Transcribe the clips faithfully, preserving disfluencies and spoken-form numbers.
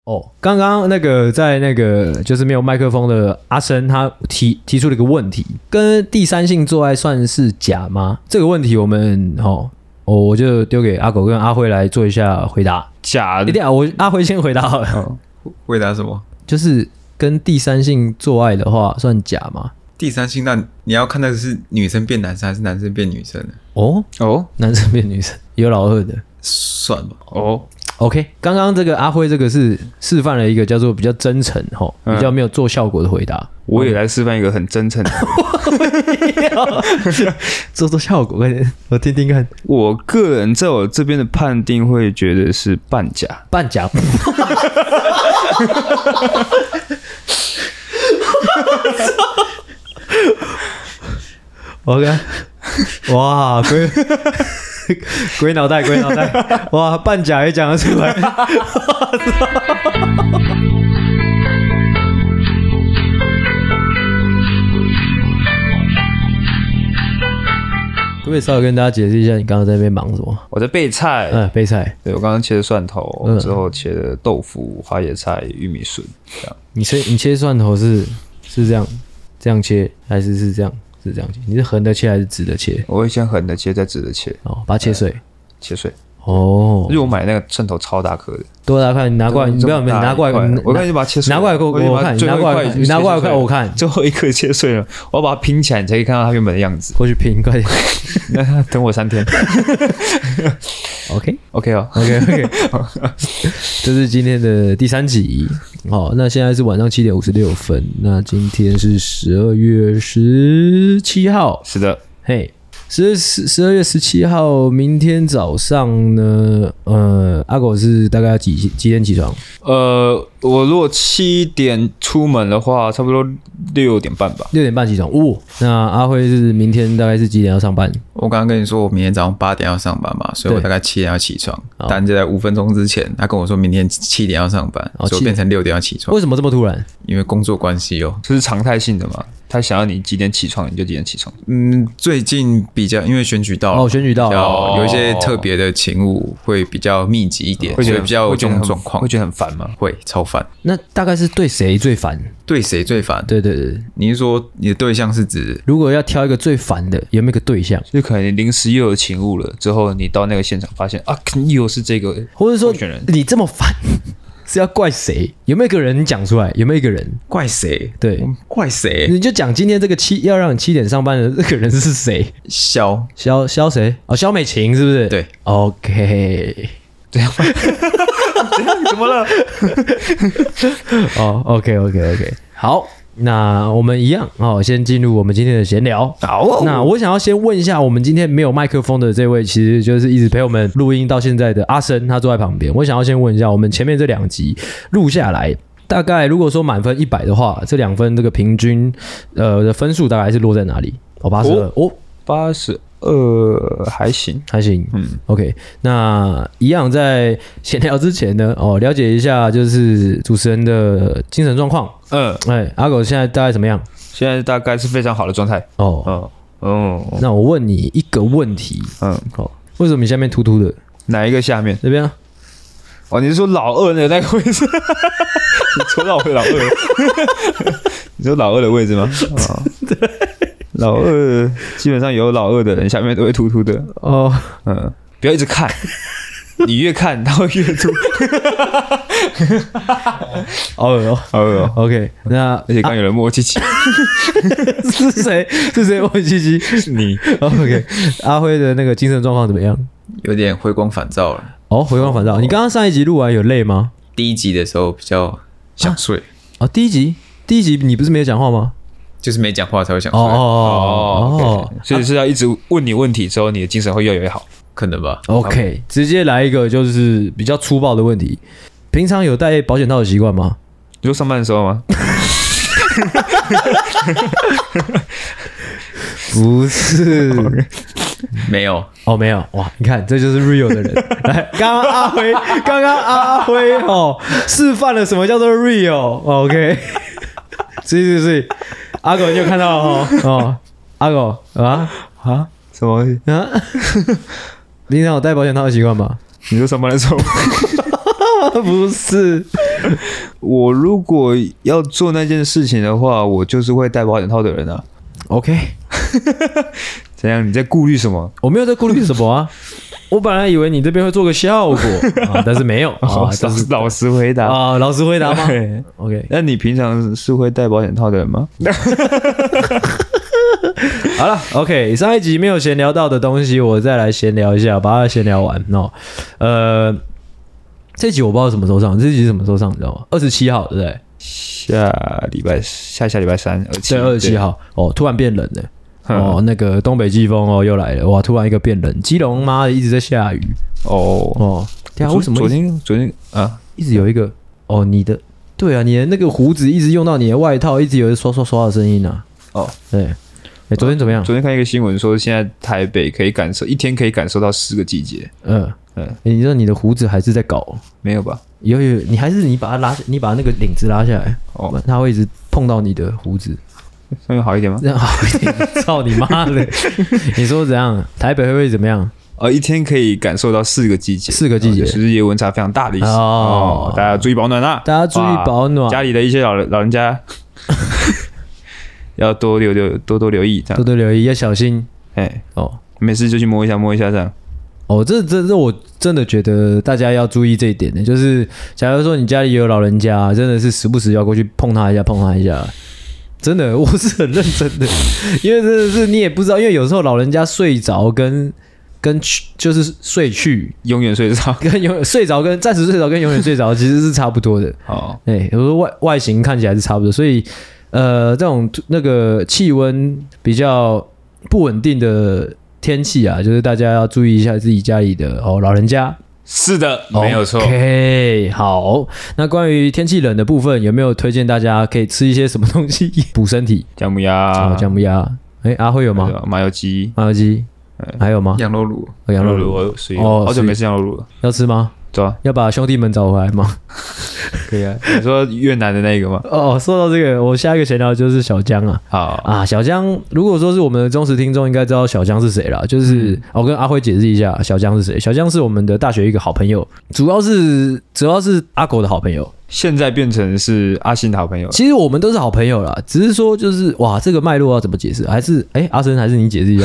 哦，刚刚那个在那个就是没有麦克风的阿生，他提提出了一个问题，跟第三性做爱算是假吗？这个问题我们哦，哦我就丢给阿狗跟阿辉来做一下回答。 假的， 一定要我阿辉先回答好了。 哦、回答什么？ 就是跟第三性做爱的话算假吗？ 第三性，那你要看的是女生变男生还是男生变女生呢？ 哦哦，男生变女生，有老二的， 算吧。 哦。 OK， 刚刚这个阿辉这个是示范了一个叫做比较真诚吼，比较没有做效果的回答。嗯、 我也来示范一个很真诚的， 做做效果，快点，我听听看。 我个人在我这边的判定会觉得是半假， 半假。OK， 哇，鬼鬼脑袋，鬼脑袋，哇，半假也讲得出来。可不可以稍微跟大家解释一下，你刚刚在那边忙什么？ 我在备菜， 嗯，备菜。 对，我刚刚切的蒜头， 嗯、 之后切的豆腐、花椰菜、玉米笋，这样。 你切你切蒜头是是这样这样切，还是是这样是这样切？你是横的切还是直的切？ 我会先横的切，再直的切。 哦，把它切碎，呃、 切碎。 哦， 因为我买那个蒜头超大颗的， 多大块？你拿过来，你不要，你拿过来， 我看你把它切碎， 拿过来给我我看，你拿过来，你拿过来看我看， 最后一颗切碎了，我要把它拼起来，你才可以看到它原本的样子。 过去拼，快点， 等我三天。 OK OK 哦 OK OK， 这是今天的第三集。好，那现在是晚上七点五十六分，那今天是十二月十七号， 是的， 嘿。十十二月十七号，明天早上呢，呃，阿狗是大概要几几点起床？ 呃，我如果七点出门的话，差不多六点半吧。 六点半起床，哦。那阿辉是明天大概是几点要上班？ 我刚刚跟你说，我明天早上八点要上班嘛，所以我大概七点要起床。但就在五分钟之前，他跟我说明天七点要上班，哦、所以我变成六点要起床。 为什么这么突然？ 因为工作关系哦， 这是常态性的嘛。他想要你几点起床，你就几点起床。 嗯，最近比较因为选举到了， 哦，选举到了， 哦、有一些特别的勤务会比较密集一点， 会觉得比较有这种状况， 会觉得很烦吗？ 会超烦。 那大概是对谁最烦？ 对谁最烦？ 对对对， 你是说你的对象是指？ 如果要挑一个最烦的，有没有一个对象？ 就可能你临时又有勤务了，之后你到那个现场发现啊，又是这个， 或者说你这么烦。是要怪谁？有没有一个人你讲出来？有没有一个人怪谁？ 对， 怪谁？ 你就讲今天这个七要让你七点上班的这个人是谁？ 肖肖肖谁？哦，肖美琴是不是？ 对 ，OK， 这样吗？这样怎么了？ 哦 ，OK OK OK， 好。那我们一样哦，先进入我们今天的闲聊。 好、哦， 那我想要先问一下，我们今天没有麦克风的这位，其实就是一直陪我们录音到现在的阿生，他坐在旁边。我想要先问一下，我们前面这两集录下来，大概如果说满分一百的话，这两分这个平均呃的分数大概是落在哪里？哦，八十二哦， 八十二还行， 还行。嗯 ，OK。那一样在闲聊之前呢，哦，了解一下就是主持人的精神状况。嗯，哎，阿狗现在大概怎么样？ 现在大概是非常好的状态。 哦， 哦，哦。 那我问你一个问题。嗯，好、哦，为什么你下面凸凸的？ 哪一个下面？ 这边啊。 哦，你是说老二的那个位置？你戳到我老二？你说老二的位置吗？哦、对。老二基本上有老二的人下面都会凸凸的哦，嗯，不要一直看，你越看它会越凸。 好恶哦， 好恶哦。 OK， 那而且刚有人摸鸡鸡， 是谁？是谁摸鸡鸡？ 是你。 OK， 阿辉的那个精神状况怎么样？ 有点回光返照了。 哦，回光返照。哦、你刚刚上一集录完有累吗？ 第一集的时候比较想睡。啊、 哦，第一集，第一集你不是没有讲话吗？ 就是没讲话才会想睡哦哦哦， okay, 所以是要一直问你问题之后，你的精神会越来越好， 可能吧 ？OK， 直接来一个就是比较粗暴的问题，平常有戴保险套的习惯吗？ 你说上班的时候吗？ 不是， 没有哦，没有哇！你看，这就是 real 的人。来，刚刚阿辉，刚刚阿辉哦，示范了什么叫做 real。OK， 是是是。阿狗，你有看到哦？哦，阿狗啊啊，什么东西啊？ 平常有戴保险套的习惯吗？ 你说上班的时候？ 不是， 我如果要做那件事情的话，我就是会戴保险套的人啊。 OK， 怎样？你在顾虑什么？ 我没有在顾虑什么啊。我本来以为你这边会做个效果啊，但是没有啊。 但是老实回答啊，老实回答吗 ？OK， 那你平常是会戴保险套的人吗？ 好了 ，OK， 上一集没有闲聊到的东西，我再来闲聊一下，把它闲聊完哦。呃，这集我不知道什么时候上，这集什么时候上，你知道吗？二十七号，对不对？ 下礼拜下下礼拜三，二七对，二十七号哦，突然变冷了。哦，那个东北季风哦又来了，哇！突然一个变冷，基隆妈的一直在下雨。 哦哦，对啊，为什么昨天昨天啊， 一直有一个哦，你的对啊，你的那个胡子一直用到你的外套，一直有刷刷刷的声音啊。 哦， 对，哎，昨天怎么样？ 昨天看一个新闻说，现在台北可以感受一天可以感受到四个季节。 嗯嗯，你知道你的胡子还是在搞？ 没有吧？ 有有，你还是你把它拉，你把那个领子拉下来，哦，它会一直碰到你的胡子。 那有好一点吗？ 这样好一点，操你妈的！你说怎样？台北会不会怎么样？ 哦，一天可以感受到四个季节， 四个季节， 是日夜温差非常大的意思。哦，哦大家注意保暖啊！ 大家注意保暖， 家里的一些老人老人家要多留留多多留意，这样多多留意，要小心。 哎，哦，没事就去摸一下摸一下这样。 哦，这这这，我真的觉得大家要注意这一点的，就是假如说你家里有老人家，真的是时不时要过去碰他一下，碰他一下。真的，我是很认真的，因为真的是你也不知道，因为有时候老人家睡着跟跟就是睡去， 永远睡着， 跟永远睡着跟暂时睡着跟永远睡着其实是差不多的。哦，哎，有时候外外形看起来是差不多，所以呃，这种那个气温比较不稳定的天气啊，就是大家要注意一下自己家里的哦老人家。 是的，没有错。 OK， 好。那关于天气冷的部分，有没有推荐大家可以吃一些什么东西补身体？ 姜母鸭， 哦，姜母鸭。哎，阿辉有吗？ 麻油鸡， 麻油鸡。还有吗？ 羊肉卤， 哦、羊肉卤， 我是哦，好久没吃羊肉卤了， 要吃吗？ 对啊， 要把兄弟们找回来吗？ 可以啊。你说越南的那个吗？ 哦，说到这个，我下一个闲聊就是小江啊。 好啊，小江，如果说是我们的忠实听众，应该知道小江是谁啦。就是、嗯、我跟阿辉解释一下，小江是谁？小江是我们的大学一个好朋友，主要是主要是阿狗的好朋友。 现在变成是阿信的好朋友， 其实我们都是好朋友啦，只是说就是哇，这个脉络要怎么解释？还是哎、欸，阿生还是你解释一下？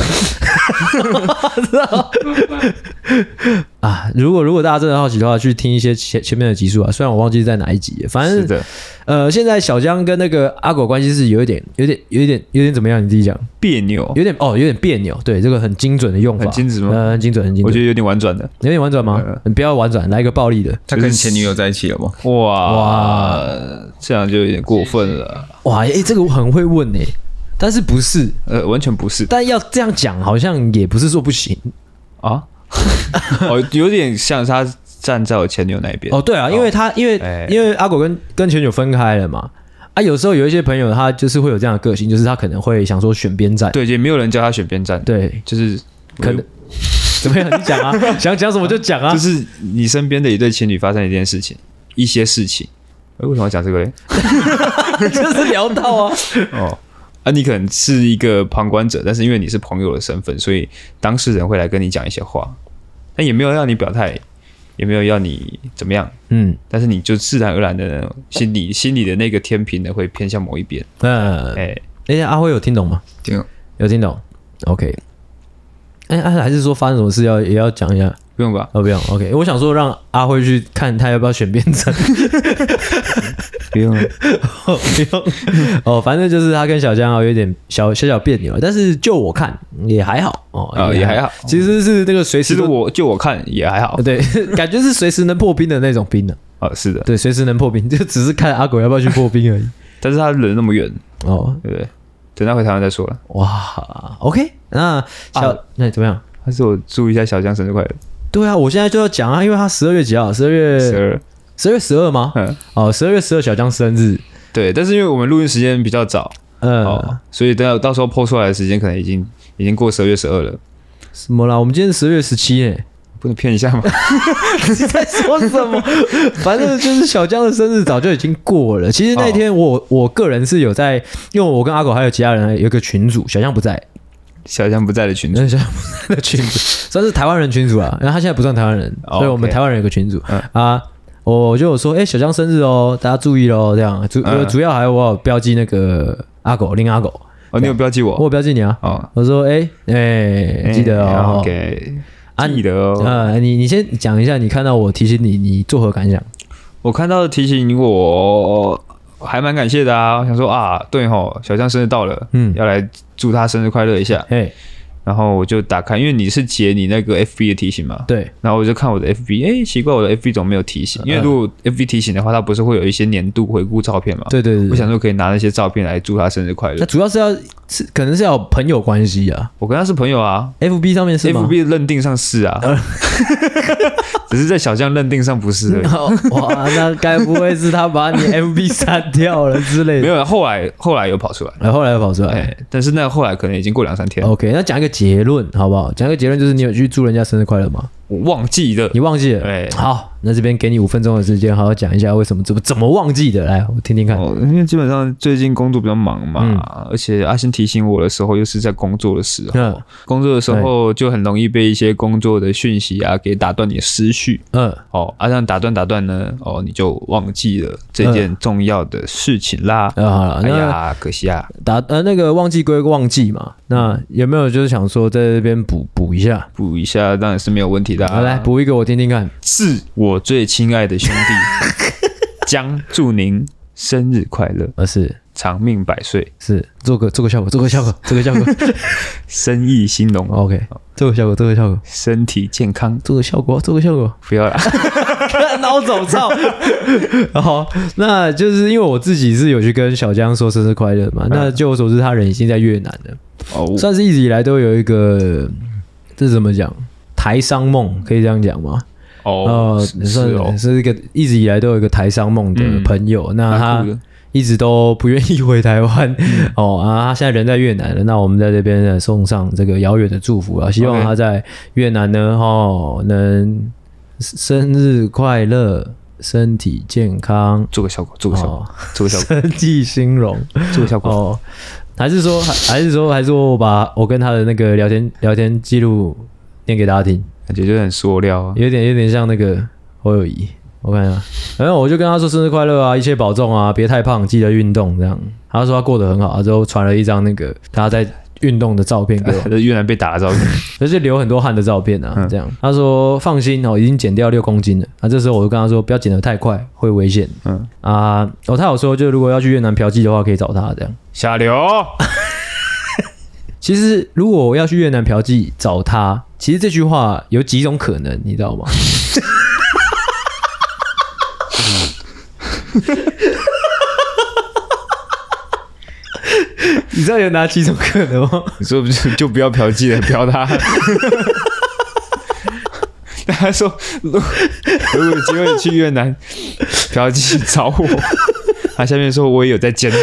啊，如果如果大家真的好奇的话，去听一些前前面的集数啊，虽然我忘记在哪一集，反正是的， 呃，现在小江跟那个阿狗关系是有一点、有点、有一点、有点怎么样？你自己讲， 别扭， 有点哦，有点别扭。对，这个很精准的用法， 很精准吗？ 呃，很精准，很精准。 我觉得有点婉转的， 有点婉转吗？呃、你不要婉转，来一个暴力的。 他跟前女友在一起了吗？ 哇哇，这样就有点过分了。 哇，哎、欸，这个我很会问哎、欸，但是不是？ 呃，完全不是。 但要这样讲，好像也不是说不行啊。哦，有点像是他站在我前女友那一边。 哦，对啊，因为他、哦、因为、欸、因为阿狗跟跟前女友分开了嘛。啊，有时候有一些朋友他就是会有这样的个性，就是他可能会想说选边站。 对，也没有人教他选边站。 对， 就是可能怎么样？你讲啊，想讲什么就讲啊。 就是你身边的一对情侣发生一件事情，一些事情。哎，为什么要讲这个嘞？ 就是聊到啊。 哦。啊，你可能是一个旁观者，但是因为你是朋友的身份，所以当事人会来跟你讲一些话，但也没有让你表态，也没有要你怎么样，嗯，但是你就自然而然的心里心里的那个天平呢会偏向某一边。 嗯，哎、欸，阿辉有听懂吗？ 听懂， 有听懂。OK， 哎、欸，还是说发生什么事要也要讲一下？ 不用吧？ 哦，不用。OK， 我想说让阿辉去看他要不要选边站。 不用了， 哦，不用哦，反正就是他跟小江有点小小小别扭，但是就我看也还好哦， 呃、也还好， 其实是那个随时， 其实我就我看也还好， 对，感觉是随时能破冰的那种冰的、 啊，哦，是的， 对，随时能破冰，就只是看阿狗要不要去破冰而已。 但是他人那么远哦， 对不对？等他回台湾再说了。 哇 ，OK， 那小、啊、那怎么样？ 还是我祝一下小江生日快乐。 对啊，我现在就要讲啊，因为他十二月几号？十二月十二。 十二月十二吗？嗯，哦，十二月十二小江生日。 对，但是因为我们录音时间比较早，嗯、哦，所以到到时候 po 出来的时间可能已经已经过十二月十二了。 什么啦？我们今天是十二月十七耶， 不能骗一下吗？ 你在说什么？反正就是小江的生日早就已经过了。其实那天我、哦、我个人是有在，因为我跟阿狗还有其他人有一个群组，小江不在。 小江不在的群组， 小江不在的群组算是台湾人群组啊，然后他现在不算台湾人，哦、所以我们台湾人有个群组、嗯、啊。 我就有说，哎、欸，小江生日哦，大家注意咯，这样主、嗯、主要还有我有标记那个阿狗林阿狗。 哦，你有标记我？ 我有标记你啊。哦，我说，哎、欸、哎、欸，记得哦。 OK， 记得哦。 呃，你你先讲一下，你看到我提醒你，你作何感想？ 我看到提醒我，还蛮感谢的啊。我想说啊，对吼，小江生日到了，嗯，要来祝他生日快乐一下。嘿。然后我就打开，因为你是截你那个 F B 的提醒嘛， 对。 然后我就看我的 F B， 哎，奇怪，我的 F B 怎么没有提醒？因为如果 F B 提醒的话，它不是会有一些年度回顾照片嘛？ 对对 对, 對。 我想说可以拿那些照片来祝他生日快乐。 那主要是要是可能是要有朋友关系啊。 我跟他是朋友啊 ，F B 上面是吗 ？F B 的认定上是啊，只是在小将认定上不是而已。 哇，那该不会是他把你 F B 删掉了之类的？ 没有，后来后来有跑出来， 后来有跑出来， 但是那后来可能已经过两三天。 OK， 那讲一个结论好不好？讲一个结论就是你有去祝人家生日快乐吗？ 我忘记了， 你忘记了？对，好，那这边给你五分钟的时间，好好讲一下为什么怎么怎么忘记的，来，我听听看。 哦，因为基本上最近工作比较忙嘛，嗯、而且阿星提醒我的时候又是在工作的时候，嗯、工作的时候就很容易被一些工作的讯息啊给打断你的思绪。嗯，哦，啊，这样打断打断呢，哦，你就忘记了这件重要的事情啦。嗯，好了，哎呀，可惜啊， 打呃那个忘记归忘记嘛，那有没有就是想说在这边补补一下？ 补一下当然是没有问题的、啊。 来补一个我听听看。 是我最亲爱的兄弟，将祝您生日快乐， 而是长命百岁， 是做个做个效果，做个效果，做个效果， 生意兴隆。 OK， 做个效果，做个效果， 身体健康， 做个效果，做个效果， 不要啦， 孬走操。好，那就是因为我自己是有去跟小江说生日快乐嘛，嗯、那据我所知，他人已经在越南了，哦，算是一直以来都有一个，这怎么讲？台商梦可以这样讲吗？哦，呃，是哦，是一个一直以来都有一个台商梦的朋友，嗯、那他一直都不愿意回台湾，嗯、哦啊，他现在人在越南了，那我们在这边呢送上这个遥远的祝福啊，希望他在越南呢，哦，能生日快乐，身体健康， 做个效果，做个效果，哦、做个效果， 生计兴隆， 做个效果。 哦，还是说，还是说，还是说我把我跟他的那个聊天聊天记录念给大家听， 感觉就很塑料啊， 有点有点像那个侯友宜。我看一下，然后我就跟他说生日快乐啊，一切保重啊，别太胖，记得运动这样。他说他过得很好，之后传了一张那个他在运动的照片给我， 越南被打的照片， 而且流很多汗的照片啊，嗯、这样。他说放心哦，已经减掉六公斤了。啊，这时候我就跟他说不要减得太快，会危险。嗯啊，哦，他有说就如果要去越南嫖妓的话，可以找他这样。 下流。 其实如果我要去越南嫖妓找他，其实这句话有几种可能，你知道吗？你知道有哪几种可能吗？ 你说不就就不要嫖妓了，嫖他。他说，如果有机会去越南嫖妓找我，他下面说我也有在兼。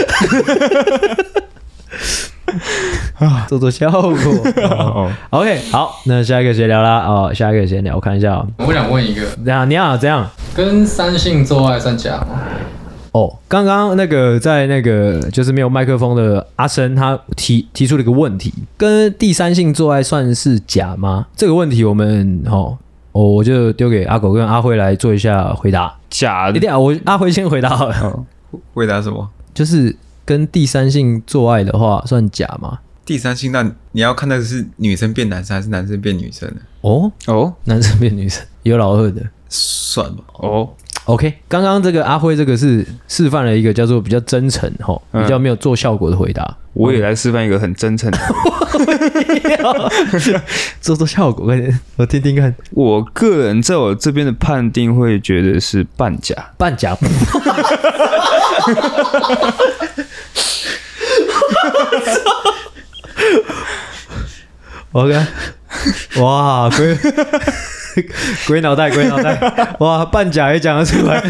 做做效果。哦、OK， 好，那下一个闲聊啦。哦，下一个闲聊，我看一下、哦。 我想问一个， 怎样？你好，怎样？ 跟三性做爱算假吗？ 哦，刚刚那个在那个就是没有麦克风的阿生，他提提出了一个问题，跟第三性做爱算是假吗？这个问题我们哦，哦我就丢给阿狗跟阿辉来做一下回答。 假的， 一定要我阿辉先回答好了。 哦、回答什么？ 就是跟第三性做爱的话算假吗？ 第三性，那你要看的是女生变男生还是男生变女生呢？ 哦哦，男生变女生，有老二的， 算吧。 哦 ，OK， 刚刚这个阿辉这个是示范了一个叫做比较真诚吼，比较没有做效果的回答。嗯、 我也来示范一个很真诚的， 做做效果，我听听看。 我个人在我这边的判定会觉得是半假， 半假。OK， 哇，鬼鬼脑袋，鬼脑袋，哇，半假也讲得出来，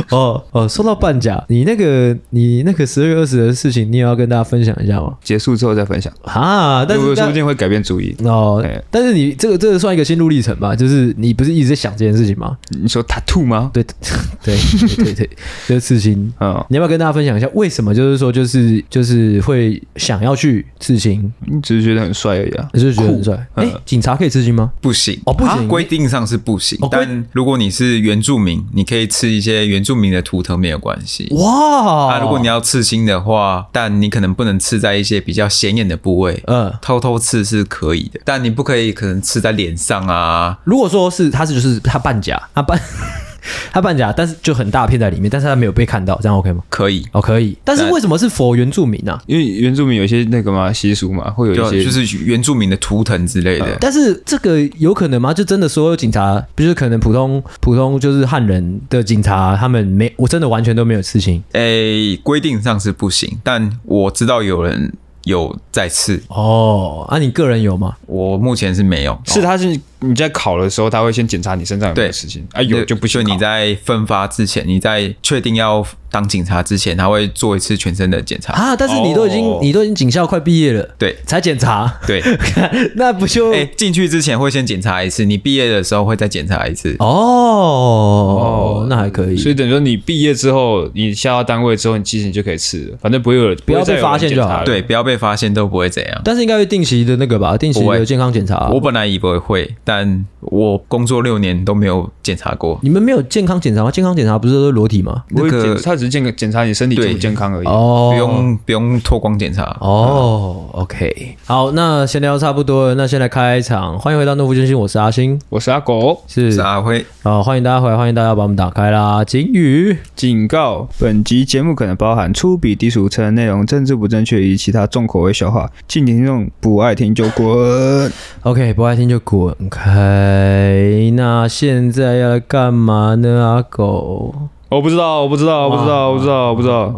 哦哦，说到半甲，你那个你那个十二月二十的事情，你也要跟大家分享一下吗？ 结束之后再分享啊，但是我说不定会改变主意哦。但是你这个这个算一个心路历程吧？就是你不是一直在想这件事情吗？ 你说 tattoo 吗？ 对对对对对，这个事情，嗯，你要不要跟大家分享一下为什么？就是说，就是就是会想要去刺青？ 你只是觉得很帅而已啊， 只是觉得很帅。哎，警察可以刺青吗？ 不行哦，不行， 规定上是不行。但如果你是原住民，你可以刺一些原住民的图腾没有关系。哇！啊，如果你要刺青的话，但你可能不能刺在一些比较显眼的部位，嗯，偷偷刺是可以的，但你不可以可能刺在脸上啊。 如果说是他是就是他半甲，他半。他半甲，但是就很大片在里面，但是他没有被看到，这样 OK 吗？ 可以哦，可以。但是为什么是佛原住民啊？ 因为原住民有一些那个嘛习俗嘛，会有一些就是原住民的图腾之类的。呃、 但是这个有可能吗？就真的所有警察，不是可能普通普通就是汉人的警察，他们没，我真的完全都没有事情。 诶，规定上是不行，但我知道有人有在刺哦。啊，你个人有吗？ 我目前是没有。 是他是。你在考的时候，他会先检查你身上有没有事情啊，有就不行。 就你在分发之前，你在确定要当警察之前，他会做一次全身的检查啊。但是你都已经、哦、你都已经警校快毕业了， 对， 才检查， 对， 那不就哎进、欸、去之前会先检查一次，你毕业的时候会再检查一次。 哦哦，那还可以。 所以等于说你毕业之后，你下到单位之后，你其实你就可以吃了，反正不会有不要被发现就好了。 对，不要被发现都不会怎样。 但是应该会定期的那个吧，定期的健康检查、啊。 我本来以为会，但我。工作六年都没有检查过。 你们没有健康检查吗？健康检查不是都裸体吗？ 那个他只是检检查你身体健不健康而已， 哦，不用不用脱光检查。 哦、嗯、，OK， 好，那闲聊差不多了，那先来开场。欢迎回到诺夫军心，我是阿星， 我是阿狗， 是, 是阿辉。 好，欢迎大家回来，欢迎大家把我们打开啦。警语警告：本集节目可能包含粗鄙、低俗、成人内容、政治不正确以及其他重口味笑话，敬请听众不爱听就滚。 OK， 不爱听就滚开。那现在要来干嘛呢？阿狗， 我不知道，我不知道，我不知道，我不知道，我不知道。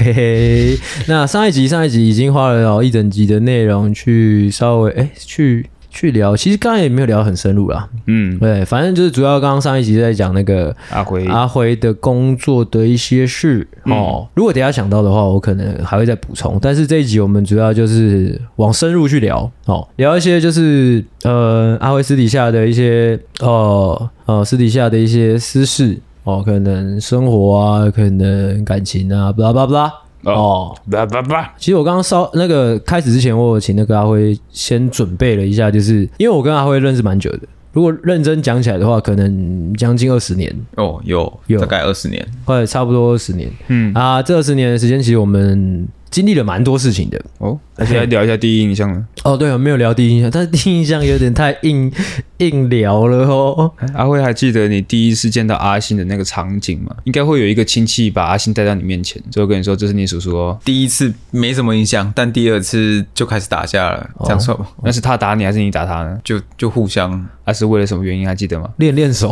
OK， 那上一集上一集已经花了一整集的内容去稍微哎去去聊，其实刚才也没有聊很深入啦。嗯，对，反正就是主要刚刚上一集在讲那个阿辉阿辉的工作的一些事、嗯、哦。如果等一下想到的话，我可能还会再补充。但是这一集我们主要就是往深入去聊哦，聊一些就是呃阿辉私底下的一些呃呃私底下的一些私事哦，可能生活啊，可能感情啊，巴拉巴拉。哦， 叭叭叭！ 其实我刚刚稍那个开始之前，我有请那个阿辉先准备了一下，就是因为我跟阿辉认识蛮久的，如果认真讲起来的话，可能将近二十年哦，有有大概二十年， 或者差不多二十年。嗯啊，这二十年的时间，其实我们经历了蛮多事情的哦。而且来聊一下第一印象了。 哦，对，我没有聊第一印象，但是第一印象有点太硬硬聊了哦。 阿辉还记得你第一次见到阿星的那个场景吗？应该会有一个亲戚把阿星带到你面前，最后跟你说这是你叔叔哦。 第一次没什么印象，但第二次就开始打架了，哦、这样算吗？ 那是他打你还是你打他呢？ 就就互相， 那、啊、是为了什么原因还记得吗？ 练练手。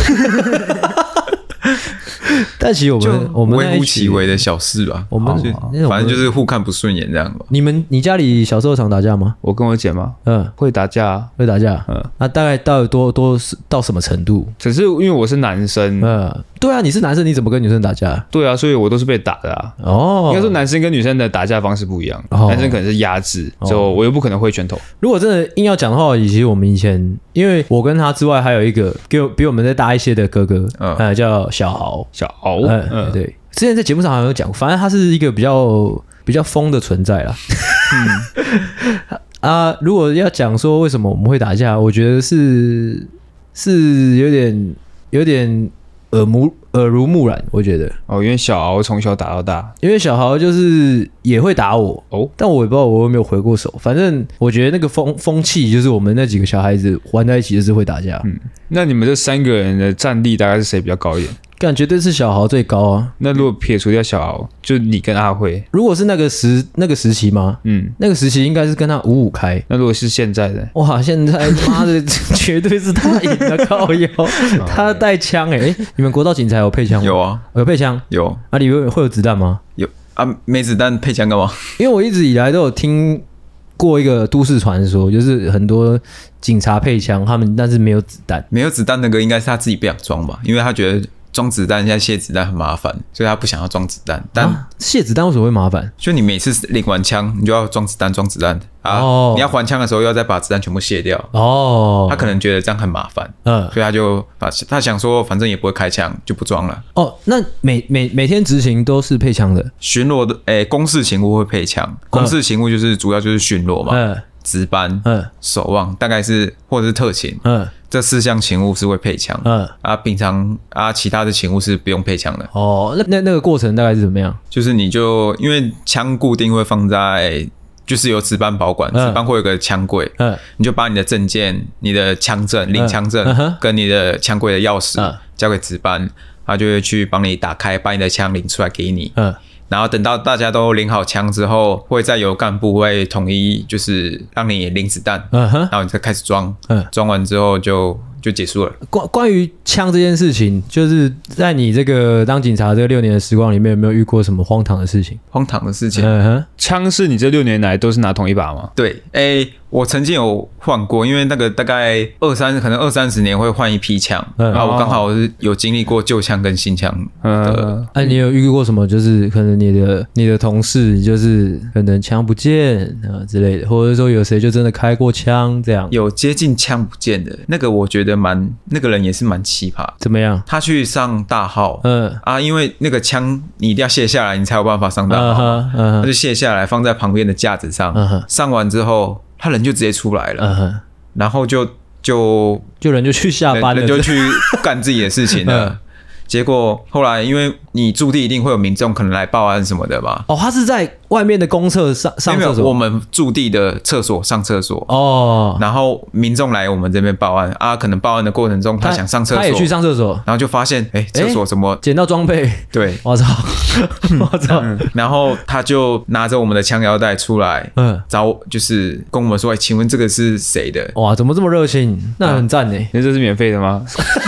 但其实我们我们微乎其微的小事吧， 我们反正就是互看不顺眼这样吧。 你们你家里小时候常打架吗？ 我跟我姐吗？嗯，会打架， 会打架。嗯，那大概到多多到什么程度？ 只是因为我是男生， 嗯，对啊，你是男生，你怎么跟女生打架？ 对啊，所以我都是被打的啊。哦，应该说男生跟女生的打架方式不一样，哦、男生可能是压制，就、哦、我又不可能挥拳头。 如果真的硬要讲的话，其实我们以前，因为我跟他之外还有一个比我比我们再大一些的哥哥，嗯，呃、叫小豪， 小豪， 嗯，嗯对。之前在节目上好像有讲，反正他是一个比较比较疯的存在啦。嗯、啊，如果要讲说为什么我们会打架，我觉得是是有点有点耳目耳濡目染，我觉得哦，因为小豪从小打到大， 因为小豪就是也会打我哦，但我也不知道我有没有回过手，反正我觉得那个风风气就是我们那几个小孩子玩在一起就是会打架。嗯， 那你们这三个人的战力大概是谁比较高一点？ 感绝对是小豪最高啊！ 那如果撇除掉小豪，就你跟阿辉， 如果是那个时那个时期吗？嗯，那个时期应该是跟他五五开。 那如果是现在的， 哇，现在妈的绝对是他赢了，靠腰，他带枪哎、欸欸！你们国道警察有配枪吗？ 有啊， 有配枪， 有啊，里面会有子弹吗？ 有啊，没子弹配枪干嘛？ 因为我一直以来都有听过一个都市传说，就是很多警察配枪，他们但是没有子弹， 没有子弹那个应该是他自己不想装吧，因为他觉得装子弹，现在卸子弹很麻烦，所以他不想要装子弹。但、 啊、卸子弹为什么会麻烦？ 就你每次领完枪，你就要装子弹，装子弹啊！哦、你要还枪的时候，又要再把子弹全部卸掉。哦，他可能觉得这样很麻烦，嗯，所以他就把他想说，反正也不会开枪，就不装了。 哦，那每每每天执行都是配枪的， 巡逻的，诶、欸，公事勤务会配枪，公事勤务就是主要就是巡逻嘛。嗯。值班、嗯，守望，大概是或者是特勤，嗯，这四项勤务是会配枪，嗯，啊，平常啊，其他的勤务是不用配枪的。 哦，那那那个过程大概是怎么样？ 就是你就因为枪固定会放在，就是由值班保管，值、嗯、班会有个枪柜，嗯，你就把你的证件、你的枪证、领枪证、嗯、跟你的枪柜的钥匙、嗯、交给值班，他就会去帮你打开，把你的枪领出来给你，嗯。然后等到大家都领好枪之后，会再由干部会统一，就是让你领子弹，嗯哼，然后你再开始装，嗯，装完之后就就结束了。 关关于枪这件事情，就是在你这个当警察这六年的时光里面，有没有遇过什么荒唐的事情？ 荒唐的事情， 嗯哼，枪是你这六年来都是拿同一把吗？ 对，诶。我曾经有换过，因为那个大概二三可能二三十年会换一批枪，嗯、然后我刚好是有经历过旧枪跟新枪的。 哎、嗯，啊、你有遇过什么？就是可能你的你的同事就是可能枪不见啊之类的，或者说有谁就真的开过枪这样？ 有接近枪不见的那个，我觉得蛮那个人也是蛮奇葩。 怎么样？ 他去上大号，嗯啊，因为那个枪你一定要卸下来，你才有办法上大号，嗯嗯、他就卸下来放在旁边的架子上，嗯、上完之后。他人就直接出来了，嗯、然后就就就人就去下班了， 人就去干自己的事情了。嗯、结果后来，因为你驻地一定会有民众可能来报案什么的吧？ 哦，他是在外面的公厕上上厕所， 我们驻地的厕所上厕所哦。然后民众来我们这边报案啊，可能报案的过程中他想上厕所， 他也去上厕所， 然后就发现哎，厕所怎么捡到装备？ 对， 我操，我操！ 嗯、然后他就拿着我们的枪腰带出来，嗯，找就是跟我们说，哎，请问这个是谁的？ 哇，怎么这么热情？那很赞呢。 那、啊、这是免费的吗？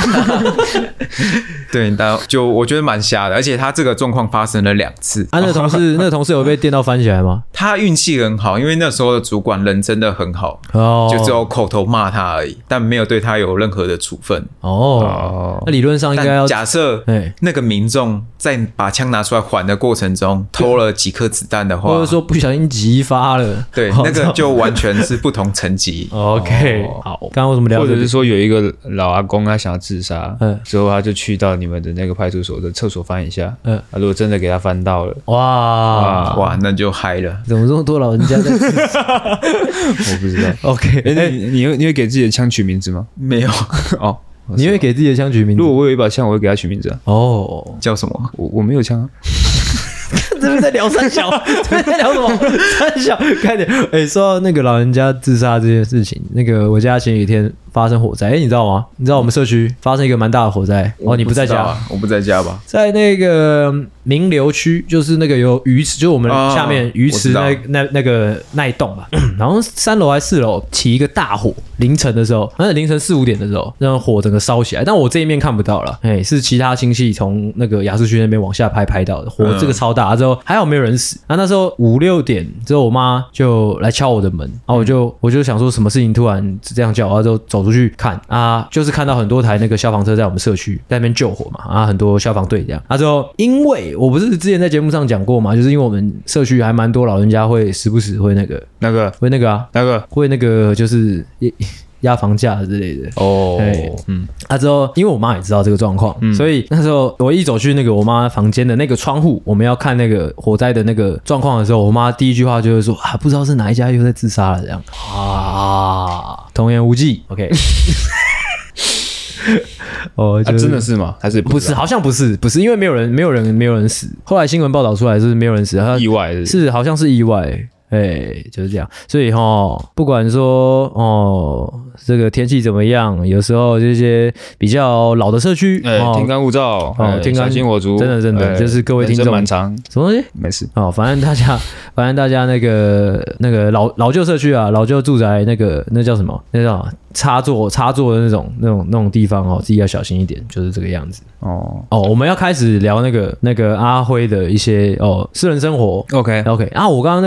对，但就我觉得蛮瞎的，而且他这个状况发生了两次。 啊，那个同事，那个同事有被电到翻起来吗？ 他运气很好，因为那时候的主管人真的很好，哦，就只有口头骂他而已，但没有对他有任何的处分。 哦，那理论上应该要假设那个民众在把枪拿出来还的过程中偷了几颗子弹的话， 或者说不小心击发了， 对，那个就完全是不同层级。 OK， 好，刚刚为什么聊？ 或者是说有一个老阿公他想要自杀，嗯，之后他就去到你们的那个派出所的厕所翻一下，嗯，啊、如果真的给他翻到了， 哇哇哇，那就嗨了。 怎么这么多老人家在自杀？ 我不知道。 OK， 哎、欸，你你会你会给自己的枪取名字吗？ 没有哦。 你会给自己的枪取名字？ 如果我有一把枪，我会给他取名字啊。 哦，叫什么？ 我我没有枪啊。 这边在聊三小，这边在聊什么？三小，快点！哎、欸，说到那个老人家自杀这件事情，那个我家前几天发生火灾，哎、欸，你知道吗？你知道我们社区发生一个蛮大的火灾哦，你不在家、 啊？我不在家吧？ 在那个名流区，就是那个有鱼池，就是我们下面鱼池那、哦、那 那, 那个那一栋吧。然后三楼还是四楼起一个大火，凌晨的时候，那凌晨四五点的时候，让火整个烧起来。但我这一面看不到了，哎、欸，是其他亲戚从那个雅士区那边往下拍拍到的火，这个超大。之后还好没有人死。那那时候五六点之后，我妈就来敲我的门，然后我就我就想说什么事情突然这样叫，然后就走出去看啊，就是看到很多台那个消防车在我们社区在那边救火嘛，啊，很多消防队这样。啊之后，因为我不是之前在节目上讲过嘛，就是因为我们社区还蛮多老人家会时不时会那个那个会那个啊那个会那个就是压房价之类的哦， 嗯，啊之后因为我妈也知道这个状况、嗯，所以那时候我一走去那个我妈房间的那个窗户，我们要看那个火灾的那个状况的时候，我妈第一句话就是说啊，不知道是哪一家又在自杀了这样啊，童言无忌 ，OK 。 哦、就是啊，真的是吗？还是 不, 不是？好像不是，不是，因为没有人，没有人，没有人死。后来新闻报道出来是没有人死， 意外是, 是好像是意外。哎、欸，就是这样，所以齁，不管说哦，这个天气怎么样，有时候这些比较老的社区， 哎、欸，天干物燥，哦，天干小心火烛， 真的真的、欸，就是各位听众蛮长， 什么东西？ 没事哦，反正大家，反正大家那个那个老老旧社区啊，老旧住宅那个那叫什么？那叫插座插座的那种那种那种地方哦，自己要小心一点，就是这个样子。哦哦，我们要开始聊那个那个阿辉的一些哦私人生活。 OK OK 啊，我刚刚那个开始之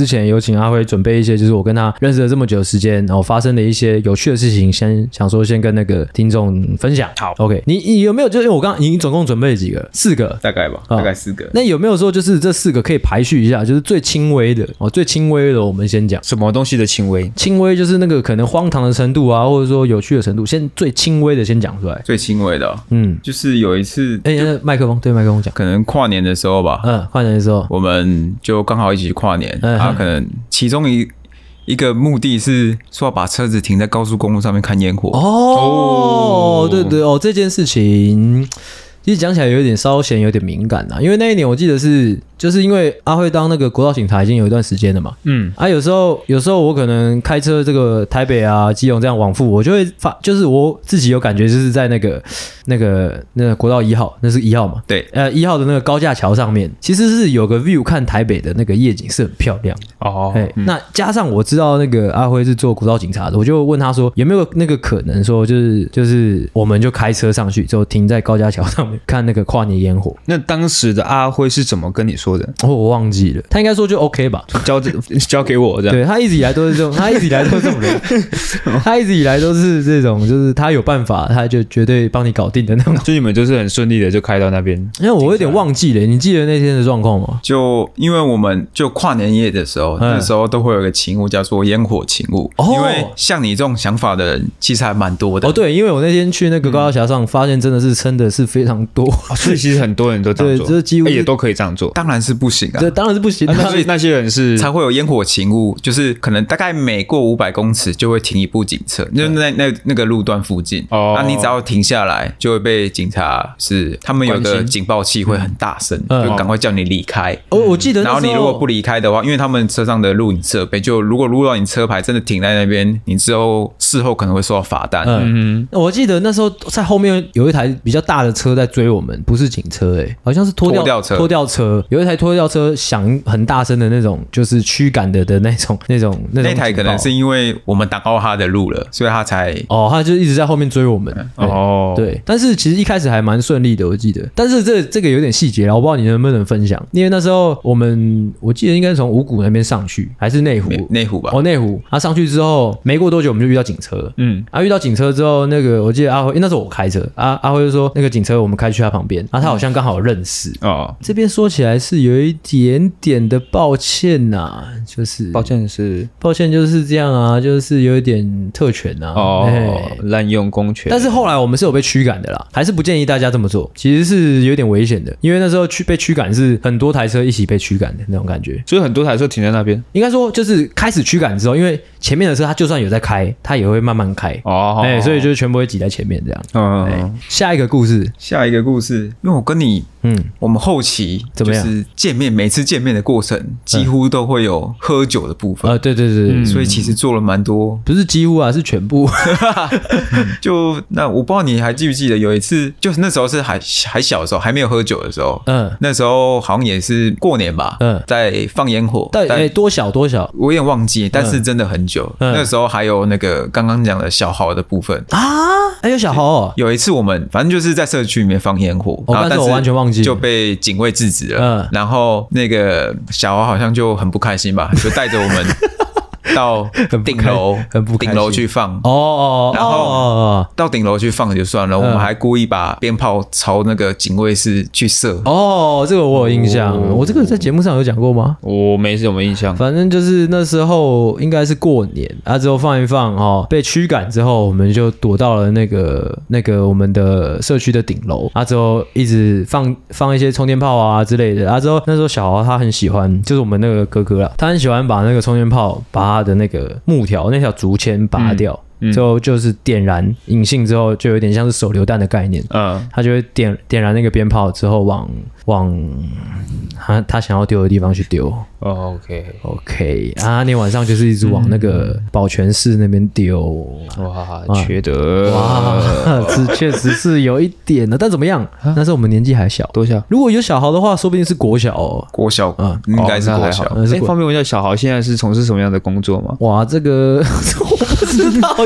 之前有请阿辉准备一些，就是我跟他认识了这么久的时间，然后发生的一些有趣的事情，先想说先跟那个听众分享。 好 ，OK， 你你有没有？就是因为我刚刚你总共准备了几个？四个， 大概吧， 哦大概四个。 那有没有说就是这四个可以排序一下？就是最轻微的哦，最轻微的我们先讲。 什么东西的轻微？ 轻微就是那个可能荒唐的程度啊，或者说有趣的程度，先最轻微的先讲出来。 最轻微的、哦， 嗯， 就是有一次， 哎、欸，麦克风对麦克风讲。 可能跨年的时候吧， 嗯，跨年的时候， 我们就刚好一起跨年， 嗯、 啊，可能其中一一个目的是说要把车子停在高速公路上面看烟火。 哦，哦对对哦，这件事情。其实讲起来有点稍显有点敏感啦，因为那一年我记得是，就是因为阿辉当那个国道警察已经有一段时间了嘛，嗯，啊，有时候有时候我可能开车这个台北啊、基隆这样往复，我就会发，就是我自己有感觉，就是在那个那个那个国道一号，那是一号嘛， 对， 呃，一号的那个高架桥上面，其实是有个 view 看台北的那个夜景是很漂亮的哦。哎、嗯，那加上我知道那个阿辉是做国道警察的，我就问他说有没有那个可能说，就是就是我们就开车上去之后停在高架桥上面。看那个跨年烟火， 那当时的阿辉是怎么跟你说的？ 哦，我忘记了，他应该说就 OK 吧， 交交给我这样。 对他一直以来都是这种，他一直以来都是这种人，他一直以来都是这种，就是他有办法，他就绝对帮你搞定的那种。 就你们就是很顺利的就开到那边。 因为我有点忘记了，你记得那天的状况吗？ 就因为我们就跨年夜的时候，嗯、那时候都会有一个勤务叫做烟火勤务、哦，因为像你这种想法的人其实还蛮多的。 哦，对，因为我那天去那个高架桥上，发现真的是真的是非常多。 哦、所以其实很多人都这样做， 对，这几乎也都可以这样做。 当然是不行啊， 这当然是不行、啊。 那那些人是才会有烟火勤务，就是可能大概每过五百公尺就会停一部警车，就是那那那个路段附近。哦，那你只要停下来，就会被警察是他们有个警报器会很大声，嗯、就赶快叫你离开。 哦，我记得那时候， 然后你如果不离开的话，因为他们车上的录影设备，就如果录到你车牌真的停在那边，你之后事后可能会受到罚单。 嗯，我记得那时候在后面有一台比较大的车在追我们，不是警车、欸，哎，好像是拖吊拖吊车， 拖吊车有一台拖吊车响很大声的那种，就是驱赶的的那种那种那种。 那台可能是因为我们挡到他的路了，所以他才哦，他就一直在后面追我们。哦，对，但是其实一开始还蛮顺利的，我记得。但是这这个有点细节了，我不知道你能不能分享，因为那时候我们我记得应该是从五股那边上去，还是内湖？ 内湖吧。 哦，内湖。他、啊、上去之后没过多久，我们就遇到警车。嗯，啊，遇到警车之后，那个我记得阿辉，因为那时候我开车，阿阿辉就说那个警车我们开去他旁边，啊，他好像刚好有认识。哦，这边说起来是有一点点的抱歉呐、啊，就是抱歉是抱歉就是这样啊，就是有一点特权啊， 哦，滥用公权。 但是后来我们是有被驱赶的啦，还是不建议大家这么做，其实是有点危险的，因为那时候去被驱赶是很多台车一起被驱赶的那种感觉， 所以很多台车停在那边。 应该说就是开始驱赶之后，因为前面的车它就算有在开，它也会慢慢开哦，哎、欸，所以就全部会挤在前面这样。嗯、欸，下一个故事， 下一个故事，因为我跟你。嗯，我们后期就是见面，每次见面的过程几乎都会有喝酒的部分啊、呃，对对对， 嗯、所以其实做了蛮多， 不是几乎啊，是全部。 就那我不知道你还记不记得有一次，就是那时候是还还小的时候，还没有喝酒的时候，嗯，那时候好像也是过年吧，嗯，在放烟火， 但哎、欸、多小多小， 我有点忘记，但是真的很久。嗯、那时候还有那个刚刚讲的小豪的部分啊，还有小豪、哦。 有一次我们反正就是在社区里面放烟火， 哦、但是我完全忘记。 就被警卫制止了，嗯，然后那个小豪好像就很不开心吧，就带着我们到顶楼，顶楼去放哦，然后到顶楼去放就算了，我们还故意把鞭炮朝那个警卫室去射。 哦，这个我有印象，哦、我这个在节目上有讲过吗？ 我没什么印象， 反正就是那时候应该是过年啊，之后放一放哦，被驱赶之后，我们就躲到了那个那个我们的社区的顶楼啊，之后一直放放一些充电炮啊之类的啊，之后那时候小豪他很喜欢，就是我们那个哥哥啦，他很喜欢把那个充电炮把他的那个木条那条竹签拔掉。嗯之后就是点燃引信之后，就有点像是手榴弹的概念。嗯，他就会点点燃那个鞭炮之后往，往往他他想要丢的地方去丢。 哦 ，OK OK 啊，那天晚上就是一直往那个保全室那边丢。 哇，缺德！ 哇，这确实是有一点的，但怎么样？那时候我们年纪还小， 多小？ 如果有小豪的话，说不定是国小哦。 国小啊，应该是国小。 哎，方便问一下，小豪现在是从事什么样的工作吗？ 哇，这个我不知道。你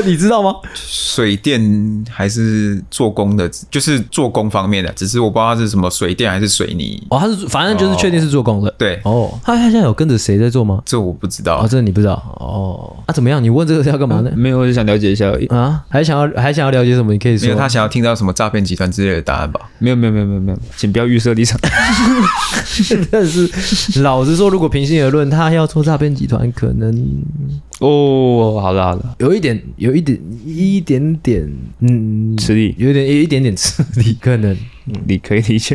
你知道吗？ 水电还是做工的，就是做工方面的，只是我不知道它是什么水电还是水泥。 哦，他是反正就是确定是做工的。 哦、对， 哦，他他现在有跟着谁在做吗？ 这我不知道。 哦，这你不知道。哦，啊，怎么样？你问这个是要干嘛呢？ 啊、没有，我就想了解一下而已。 啊，还想要还想要了解什么？你可以说。 因为他想要听到什么诈骗集团之类的答案吧？ 没有，没有，没有，没有，没有，请不要预设立场。 但是，老实说，如果平心而论，他要做诈骗集团，可能哦，好了好了， 有一点，有一点，一点点，嗯， 吃力， 有点一点点吃力，可能， 嗯，你可以理解。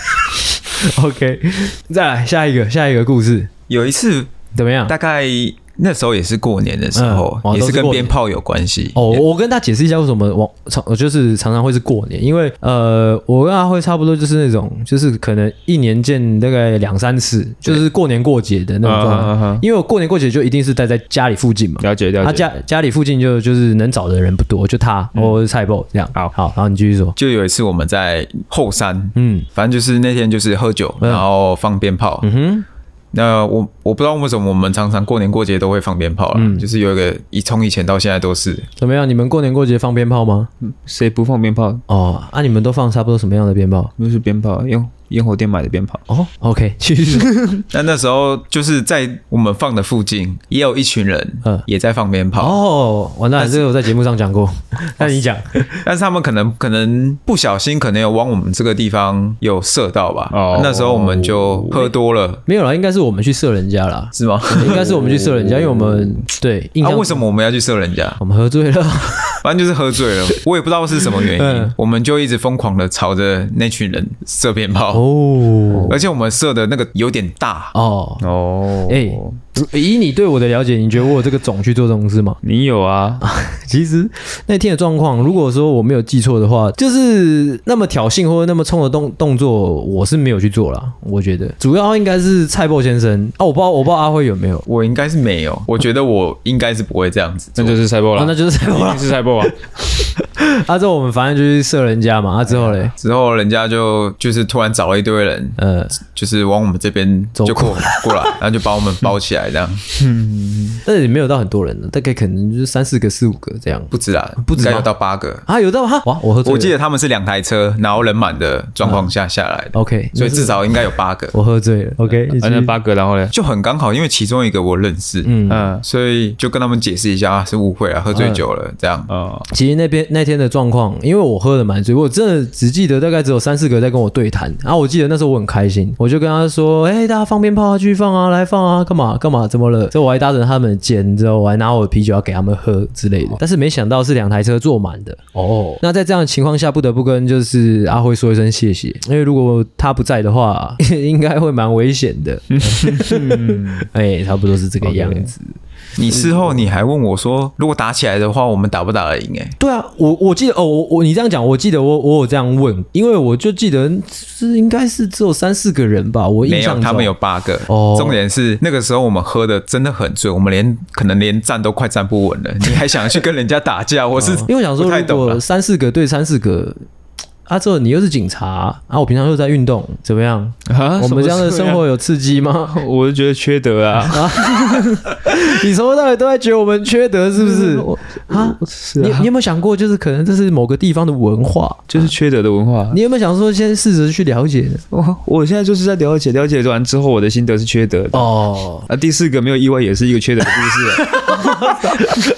OK， 再来下一个，下一个故事， 有一次怎么样？ 大概。那时候也是过年的时候，嗯、也是跟鞭炮有关系。 哦，我跟他解释一下为什么我常就是常常会是过年，因为呃，我跟他会差不多就是那种，就是可能一年见大概两三次，就是过年过节的那种状态。啊啊啊、因为我过年过节就一定是待在家里附近嘛， 了解了解。 他家家里附近就就是能找的人不多，就他或者蔡宝这样。好，好，然后你继续说。 就有一次我们在后山，嗯，反正就是那天就是喝酒，然后放鞭炮，嗯哼。那我我不知道为什么我们常常过年过节都会放鞭炮啦，嗯、就是有一个从以前到现在都是。 怎么样？你们过年过节放鞭炮吗？ 谁不放鞭炮？ 哦，啊，你们都放差不多什么样的鞭炮？ 就是鞭炮，用烟火店买的鞭炮。 哦 ，OK， 继续说。 那那时候就是在我们放的附近，也有一群人，嗯，也在放鞭炮。 哦，完蛋，这个我在节目上讲过。那你讲， 但是他们可能可能不小心，可能有往我们这个地方有射到吧。哦，那时候我们就喝多了。 没有啦，应该是我们去射人家啦， 是吗？ 应该是我们去射人家，因为我们对。 啊，为什么我们要去射人家？ 我们喝醉了。 反正就是喝醉了，我也不知道是什么原因，嗯、我们就一直疯狂的朝着那群人射鞭炮哦，而且我们射的那个有点大哦哦，哎、欸，以你对我的了解，你觉得我有这个种去做这种事吗？ 你有啊， 其实那天的状况，如果说我没有记错的话，就是那么挑衅或者那么冲的动动作，我是没有去做啦。我觉得主要应该是蔡豹先生啊，我不知道我不知道阿辉有没有， 我应该是没有，我觉得我应该是不会这样子， 那就是蔡豹了、 啊，那就是蔡豹了， 是蔡豹。 啊，之后我们反正就去射人家嘛，啊之后嘞， 之后人家就就是突然找了一堆人，呃，就是往我们这边就过过来，然后就把我们包起来这样。嗯， 但是也没有到很多人了，大概可能就是三四个、四五个这样， 不止啊，不止，应该有到八个啊，有到哈，哇，我喝醉了， 我记得他们是两台车，然后人满的状况下下来的、 嗯、，OK， 所以至少应该有八个。 我喝醉了 ，OK， 反正、啊、八个，然后呢就很刚好，因为其中一个我认识，嗯嗯，所以就跟他们解释一下啊，是误会了，喝醉酒了、嗯、这样。 哦、嗯，其实那边那天的状况，因为我喝的蛮醉，我真的只记得大概只有三四个在跟我对谈，然后我记得那时候我很开心，我就跟他说，哎、欸，大家放鞭炮啊，继续放啊，来放啊，干嘛干嘛，怎么了？之后我还搭着他们的肩，之后我还拿我的啤酒要给他们喝之类的，但是没想到是两台车坐满的哦。那在这样的情况下，不得不跟就是阿辉说一声谢谢，因为如果他不在的话，应该会蛮危险的。哎、欸，差不多是这个样子。Okay. 你事后你还问我说，如果打起来的话，我们打不打得赢？哎， 对啊，我我记得哦，我我你这样讲，我记得我我有这样问，因为我就记得是应该是只有三四个人吧，我印象中没有，他们有八个。哦，重点是那个时候我们喝的真的很醉，我们连可能连站都快站不稳了，你还想去跟人家打架？我是、哦、 因为我想说，如果三四个对三四个。啊，之后你又是警察啊，我平常又在运动，怎么样？啊，我们这样的生活有刺激吗？ 我就觉得缺德啊！啊你从头到尾都在觉得我们缺德，是不是？啊，是啊。你你有没有想过，就是可能这是某个地方的文化， 就是缺德的文化。 你有没有想说，先试着去了解呢？ 我我现在就是在了解，了解完之后，我的心得是缺德的。哦，啊，第四个没有意外，也是一个缺德的故事。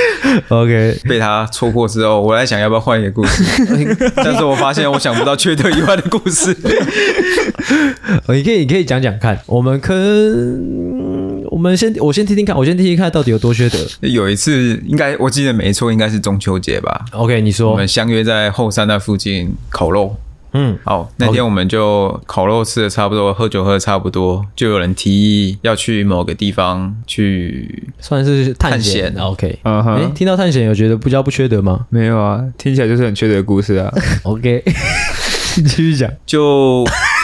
OK， 被他戳破之后，我在想要不要换一个故事，但是我发现我想不到缺德以外的故事。 你可以，你可以讲讲看。我们可能，我们先，我先听听看，我先听听看到底有多缺德。 有一次，应该我记得没错，应该是中秋节吧。 OK， 你说， 我们相约在后山那附近烤肉。嗯，好，那天我们就烤肉吃的差不多，喝酒喝的差不多，就有人提议要去某个地方去， 算是探险。OK， 哎、uh-huh 欸，听到探险有觉得不叫不缺德吗？ 没有啊，听起来就是很缺德的故事啊。 OK， 继续讲。 就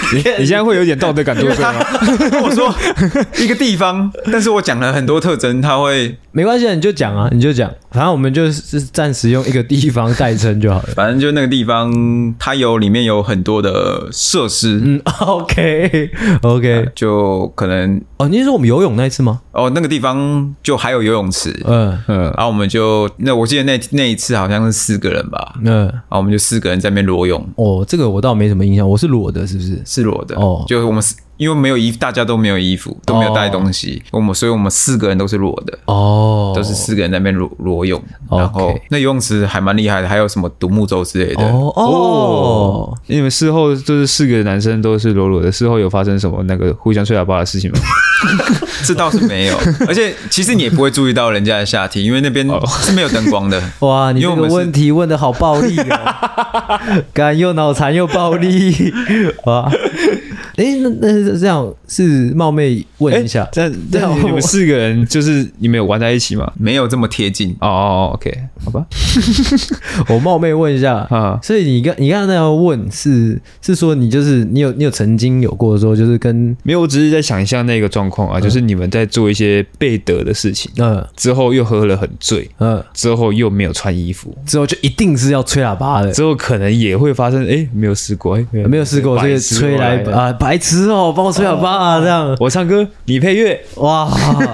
你你现在会有点道德感作祟吗？ 我说一个地方，但是我讲了很多特征，他会没关系，你就讲啊，你就讲，反正我们就是暂时用一个地方代称就好了。 反正就那个地方，它有里面有很多的设施。 嗯 ，OK OK，、啊、 就可能哦，你是说我们游泳那一次吗？ 哦，那个地方就还有游泳池。 嗯嗯，然后我们就那我记得那那一次好像是四个人吧。 嗯， 然后我们就四个人在那边裸泳。 哦，这个我倒没什么印象，我是裸的，是不是？ 是裸的。 哦， 就我们因为没有衣服，大家都没有衣服，都没有带东西，哦、我们所以我们四个人都是裸的。哦，都是四个人在那边裸裸泳。然后那游泳池还蛮厉害的，还有什么独木舟之类的。 哦哦， 你们事后就是四个男生都是裸裸的，事后有发生什么那个互相吹喇叭的事情吗？ 这倒是没有，而且其实你也不会注意到人家的下体，因为那边是没有灯光的。 哇，你这个问题问得好暴力哦，干又脑残又暴力。哇，哎、欸，那那这样是冒昧问一下， 这样这样你们四个人就是你们有玩在一起吗？ 没有这么贴近。 哦哦 ，OK， 好吧。 我冒昧问一下啊，所以你刚你刚刚那样问是是说你就是你有你有曾经有过说就是跟没有，我只是在想象那个状况啊，嗯、就是你们在做一些背德的事情，嗯，之后又喝了很醉，嗯，之后又没有穿衣服， 之后就一定是要吹喇叭的， 之后可能也会发生，哎、欸，没有试过，哎、欸， 没有试过，所以吹来啊，白痴哦，帮我吹喇叭啊，这样我唱歌你配乐， 哇。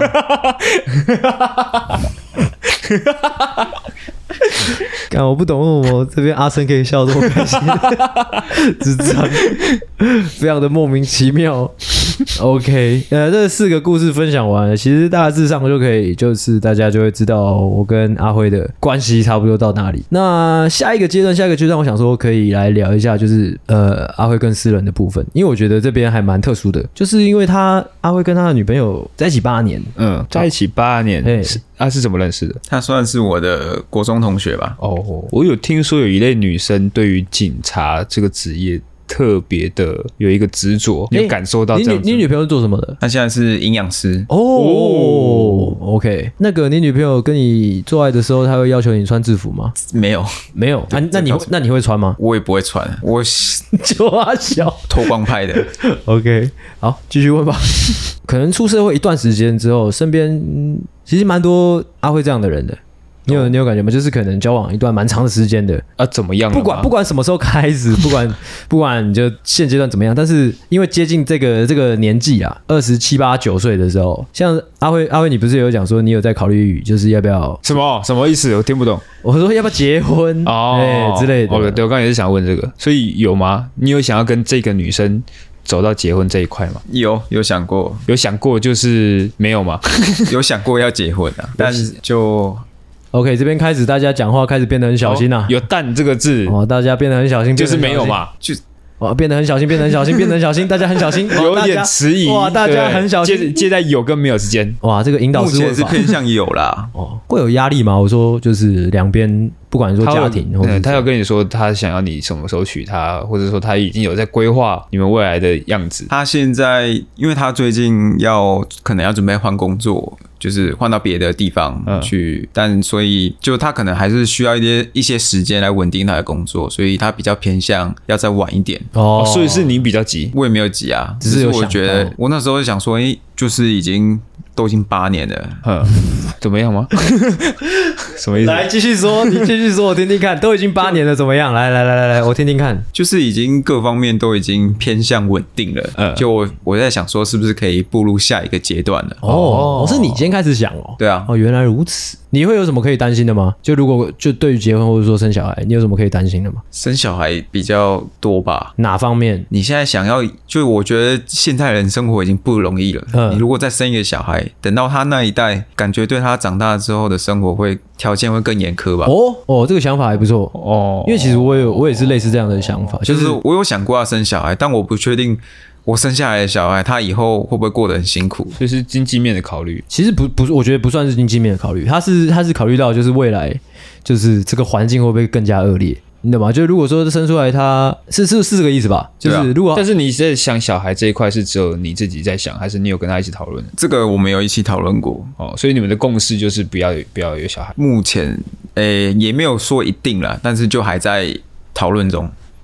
干，我不懂为什么这边阿生可以笑这么开心，智障，非常的莫名其妙。OK， 呃，这四个故事分享完了，其实大致上就可以，就是大家就会知道我跟阿辉的关系差不多到哪里。那下一个阶段，下一个阶段，我想说可以来聊一下，就是呃阿辉跟私人的部分，因为我觉得这边还蛮特殊的，就是因为他阿辉跟他的女朋友在一起八年， 嗯，在一起八年，是他是怎么认识的？ 他算是我的国中同学吧。 哦，我有听说有一类女生对于警察这个职业特别的有一个执着，你有感受到这样子？ 你, 你女朋友是做什么的？ 她现在是营养师。 哦、oh, ，OK。那个你女朋友跟你做爱的时候，她会要求你穿制服吗？ 没有， 没有。啊、那你会那你会穿吗？ 我也不会穿，我就阿小脱光派的。 OK， 好，继续问吧。可能出社会一段时间之后，身边、嗯、其实蛮多阿辉这样的人的。你有你有感觉吗？就是可能交往一段蛮长的时间的啊，怎么样？ 不管不管什么时候开始，不管不管你就现阶段怎么样，但是因为接近这个这个年纪啊，二十七八九岁的时候，像阿辉阿辉，你不是有讲说你有在考虑，就是要不要什么什么意思？我听不懂。 我说要不要结婚哦、欸、之类的。 哦，对，我刚才也是想问这个，所以有吗？你有想要跟这个女生走到结婚这一块吗？ 有有想过， 有想过，就是没有吗？ 有想过要结婚啊，但是就。 OK， 这边开始大家讲话开始变得很小心啊， 哦、有蛋这个字哦，大家变得很小心， 就是没有嘛， 就哦变得很小心，变得很小心，变得很小心，大家很小心， 有点迟疑哇，大家很小心， 接接在有跟没有之间， 哇，这个引导目前是偏向有啦， 哦，会有压力吗？我说就是两边。不管说家庭， 他, 嗯、他要跟你说他想要你什么时候娶她，或者说他已经有在规划你们未来的样子。 他现在，因为他最近要可能要准备换工作，就是换到别的地方去，嗯、但所以就他可能还是需要一些一些时间来稳定他的工作，所以他比较偏向要再晚一点。 哦，所以是你比较急， 我也没有急啊， 只是我觉得我那时候想说，哎、欸，就是已经。都已经八年了， 嗯，怎么样吗？什么意思？ 来继续说，你继续说，我听听看。都已经八年了，怎么样？来来来来来，我听听看。 就是已经各方面都已经偏向稳定了，嗯，就我我在想说，是不是可以步入下一个阶段了？ 哦，是你先开始想哦。 对啊， 哦，原来如此。你会有什么可以担心的吗？就如果就对于结婚或者说生小孩，你有什么可以担心的吗？ 生小孩比较多吧？ 哪方面？ 你现在想要，就我觉得现在人生活已经不容易了。嗯，你如果再生一个小孩，等到他那一代，感觉对他长大之后的生活会条件会更严苛吧？ 哦哦，这个想法还不错哦。因为其实我有我也是类似这样的想法， 就是我有想过要生小孩，但我不确定。我生下来的小孩，他以后会不会过得很辛苦？ 所以是经济面的考虑。 其实不不，我觉得不算是经济面的考虑，他是他是考虑到就是未来就是这个环境会不会更加恶劣，你懂吗？就如果说生出来他是是是这个意思吧？就是如果、啊、 但是你在想小孩这一块是只有你自己在想，还是你有跟他一起讨论？ 这个我们有一起讨论过哦，所以你们的共识就是不要不要有小孩。 目前诶也没有说一定啦，但是就还在讨论中。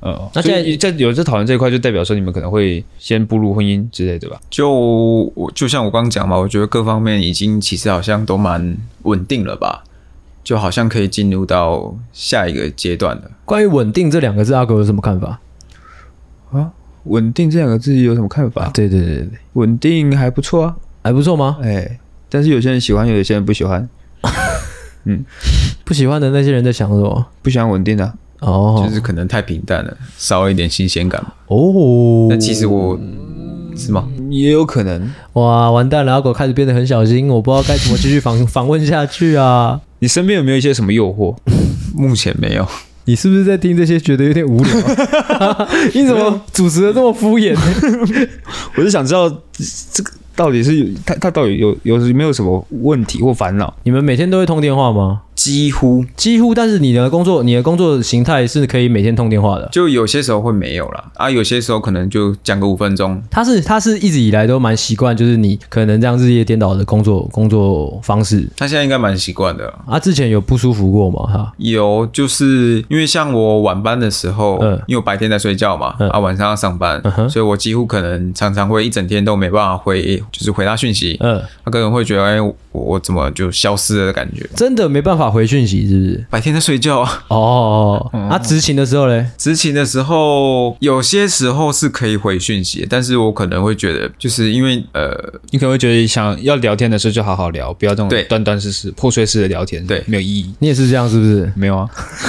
嗯，那现在在有在讨论这一块，就代表说你们可能会先步入婚姻之类的吧？ 就就像我刚刚讲嘛，我觉得各方面已经其实好像都蛮稳定了吧，就好像可以进入到下一个阶段了。 关于稳定这两个字，阿狗有什么看法？ 啊，稳定这两个字有什么看法？ 啊、对对对对， 稳定还不错啊， 还不错吗？ 哎、欸，但是有些人喜欢，有些人不喜欢。嗯， 不喜欢的那些人在想什么？ 不喜欢稳定的、啊。 哦， 就是可能太平淡了，少了一点新鲜感。 哦， 那其实我是吗？ 也有可能。 哇，完蛋了！阿狗开始变得很小心，我不知道该怎么继续访访问下去啊。 你身边有没有一些什么诱惑？ 目前没有。 你是不是在听这些觉得有点无聊？你怎么主持的这么敷衍？ 我是想知道这个到底是他他到底有有没有什么问题或烦恼？ 你们每天都会通电话吗？ 几乎几乎，但是你的工作你的工作形态是可以每天通电话的， 就有些时候会没有啦，啊，有些时候可能就讲个五分钟。 他是他是一直以来都蛮习惯，就是你可能这样日夜颠倒的工作工作方式。 他现在应该蛮习惯的啊。之前有不舒服过吗？哈， 有，就是因为像我晚班的时候，嗯，因为我白天在睡觉嘛，嗯、啊，晚上要上班，嗯、所以我几乎可能常常会一整天都没办法回，就是回他讯息，嗯，他可能会觉得，哎、欸，我我怎么就消失了的感觉？ 真的没办法回讯息，是不是？ 白天在睡觉啊。 哦，那、嗯啊、执勤的时候嘞？ 执勤的时候，有些时候是可以回讯息，但是我可能会觉得，就是因为呃， 你可能会觉得想要聊天的时候就好好聊，不要这种断断式式、破碎式的聊天， 对， 没有意义。 你也是这样是不是？ 没有啊。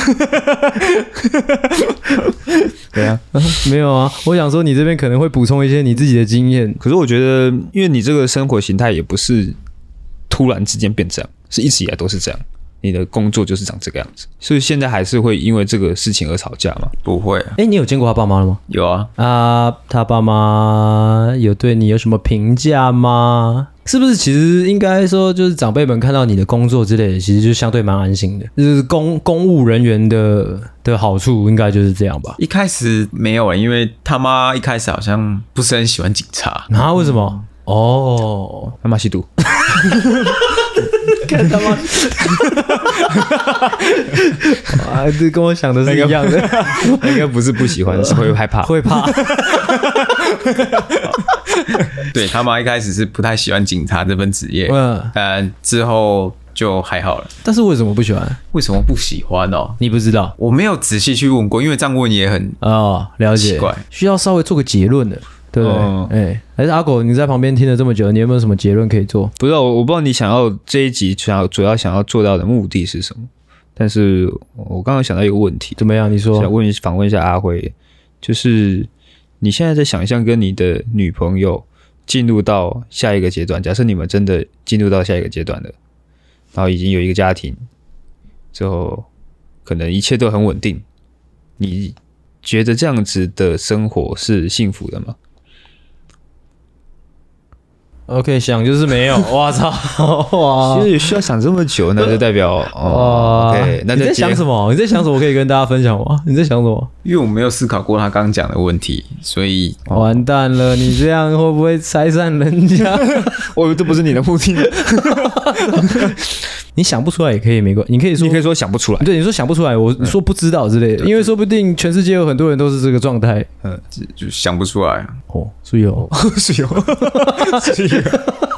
对啊， 没有啊。我想说，你这边可能会补充一些你自己的经验。 可是我觉得，因为你这个生活形态也不是突然之间变这样，是一直以来都是这样。你的工作就是长这个样子，所以现在还是会因为这个事情而吵架吗？ 不会、啊。 哎、欸，你有见过他爸妈了吗？ 有啊。 啊，他爸妈有对你有什么评价吗？是不是其实应该说，就是长辈们看到你的工作之类的，其实就相对蛮安心的。就是公公务人员的的好处，应该就是这样吧？ 一开始没有、欸，因为他妈一开始好像不是很喜欢警察。 啊？为什么？哦， 他妈吸毒。 看他妈，啊，这跟我想的是一样的。 应该不是不喜欢，是会害怕， 会怕。 对，他妈一开始是不太喜欢警察这份职业，嗯，但之后就还好了。 但是为什么不喜欢？ 为什么不喜欢哦？ 你不知道， 我没有仔细去问过，因为这样问也很哦，了解， 奇怪， 需要稍微做个结论的。对不对？哎、哦欸，还是阿狗，你在旁边听了这么久，你有没有什么结论可以做？ 不知道，我不知道你想要这一集想要主要想要做到的目的是什么。但是我刚刚想到一个问题， 怎么样？你说， 想问访问一下阿辉，就是你现在在想象跟你的女朋友进入到下一个阶段，假设你们真的进入到下一个阶段了，然后已经有一个家庭之后，可能一切都很稳定，你觉得这样子的生活是幸福的吗 ？OK， 想就是没有，哇操！哇， 其实需要想这么久，那就代表哦。OK， 那你在想什么？你在想什么？可以跟大家分享吗？你在想什么？ 因为我没有思考过他刚刚讲的问题，所以完蛋了！你这样会不会拆散人家？ 我以为这不是你的目的。 你想不出来也可以，没关系。你可以说， 你可以说想不出来。 对，你说想不出来，我说不知道之类的，因为说不定全世界有很多人都是这个状态。 嗯，就想不出来。 哦，是有， 是有，是有。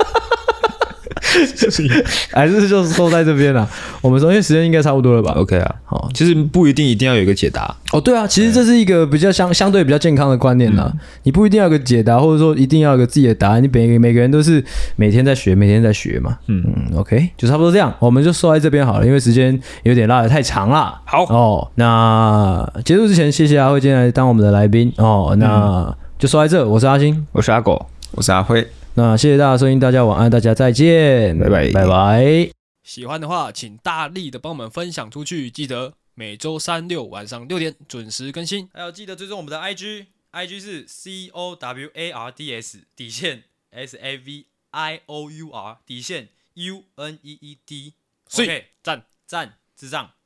还是就收在这边了。我们说，因为时间应该差不多了吧 ？OK 啊，好，其实不一定一定要有一个解答。 哦，对啊，其实这是一个比较相相对比较健康的观念啦。嗯、你不一定要有个解答，或者说一定要有个自己的答案。你每每个人都是每天在学，每天在学嘛。嗯嗯 ，OK， 就差不多这样，我们就收在这边好了，因为时间有点拉得太长了。 好哦，那结束之前，谢谢阿辉今天来当我们的来宾哦。那、嗯、就收在这，我是阿星， 我是阿狗， 我是阿辉。 那谢谢大家收听，大家晚安，大家再见， 拜拜， 拜拜。 喜欢的话，请大力的帮我们分享出去，记得每周三六晚上六点准时更新， 还有记得追踪我们的 I G，I G 是 C O W A R D S 底线 S A V I O U R 底线 U N E E D， OK， 赞赞智障。